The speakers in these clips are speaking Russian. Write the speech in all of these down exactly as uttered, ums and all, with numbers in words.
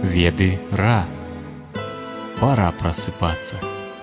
Веды Ра. Пора просыпаться.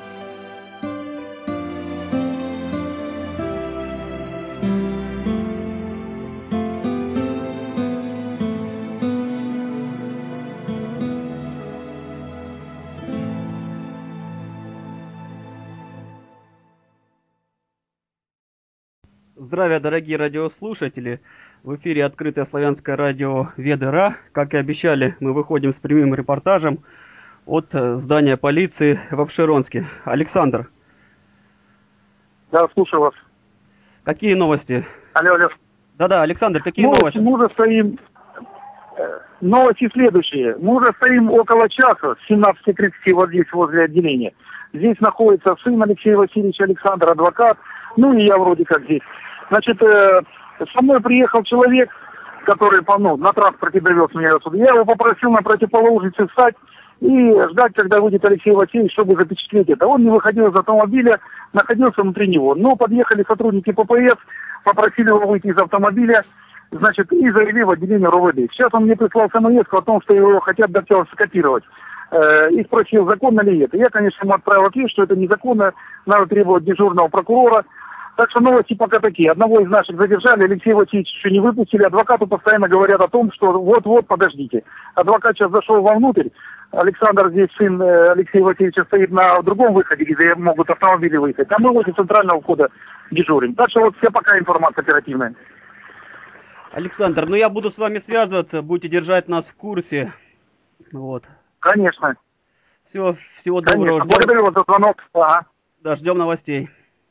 Здравия, дорогие радиослушатели! В эфире открытое славянское радио Веды Ра. Как и обещали, мы выходим с прямым репортажем от здания полиции в Апшеронске. Александр. Да, слушаю вас. Какие новости? Алло, алло. Да-да, Александр, какие Ну, новости? Мы уже стоим... Новости следующие. Мы уже стоим около часа, с семнадцати тридцати вот здесь, возле отделения. Здесь находится сын Алексея Васильевича, Александр, адвокат. Ну и я вроде как здесь. Значит, э, со мной приехал человек, который ну, на транспорте довез меня отсюда. Я его попросил на противоположнице встать и ждать, когда выйдет Алексей Васильевич, чтобы запечатлеть это. Он не выходил из автомобиля, находился внутри него. Но подъехали сотрудники ППС, попросили его выйти из автомобиля, значит, и завели в отделение РОВД. Сейчас он мне прислал смс о том, что его хотят дактилоскопировать. Э, и спросил, законно ли это. Я, конечно, ему отправил ответ, что это незаконно, надо требовать дежурного прокурора. Так что новости пока такие. Одного из наших задержали, Алексея Васильевича еще не выпустили. Адвокату постоянно говорят о том, что вот-вот, подождите. Адвокат сейчас зашел вовнутрь. Александр здесь, сын Алексея Васильевича, стоит на другом выходе, где могут автомобили выехать. А мы возле центрального входа дежурим. Так что вот вся пока информация оперативная. Александр, ну я буду с вами связываться, будете держать нас в курсе. Вот. Конечно. Все, всего доброго. Конечно. Благодарю вас за звонок. Ага. Да, ждем новостей.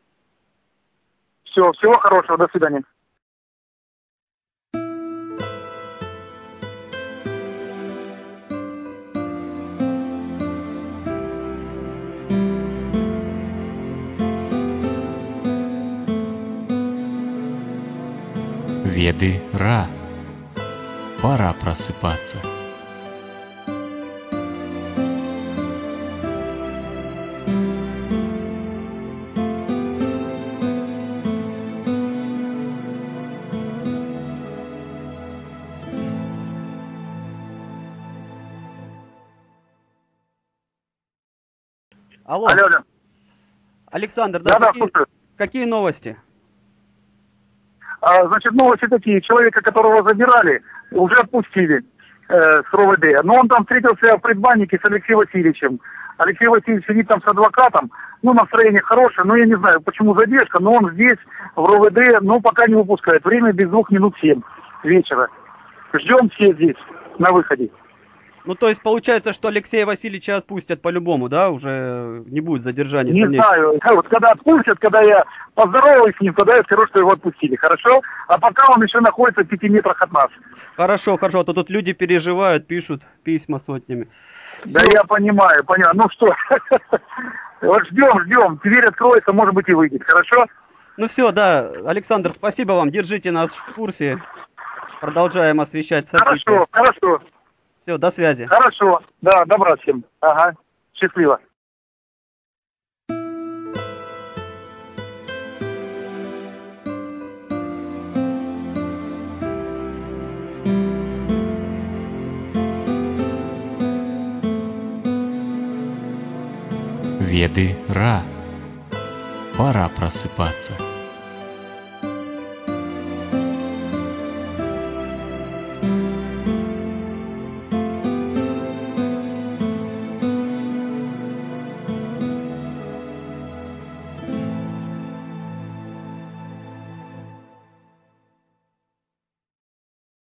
Все, всего хорошего, до свидания. Веды Ра. Пора просыпаться. Алло. Алло, алло. Александр, да, Да, да, какие, слушаю. какие новости? А, значит, новости такие. Человека, которого забирали, уже отпустили э, с РОВД. Но он там встретился в предбаннике с Алексеем Васильевичем. Алексей Васильевич сидит там с адвокатом. Ну, настроение хорошее, но я не знаю, почему задержка, но он здесь, в РОВД, но пока не выпускает. Время без двух минут семь вечера. Ждем все здесь, на выходе. Ну, то есть получается, что Алексея Васильевича отпустят по-любому, да? Уже не будет задержания. Не дальнейшего. знаю. Вот когда отпустят, когда я поздороваюсь с ним, тогда я скажу, что его отпустили. Хорошо? А пока он еще находится в пяти метрах от нас. Хорошо, хорошо. А то тут люди переживают, пишут письма сотнями. Да я понимаю, понимаю. Ну что, вот ждем, ждем. Дверь откроется, может быть, и выйдет. Хорошо? Ну все, да. Александр, спасибо вам. Держите нас в курсе. Продолжаем освещать события. Хорошо, хорошо. Все, до связи. Хорошо. Да, добра всем. Ага. Счастливо. Веды Ра. Пора просыпаться.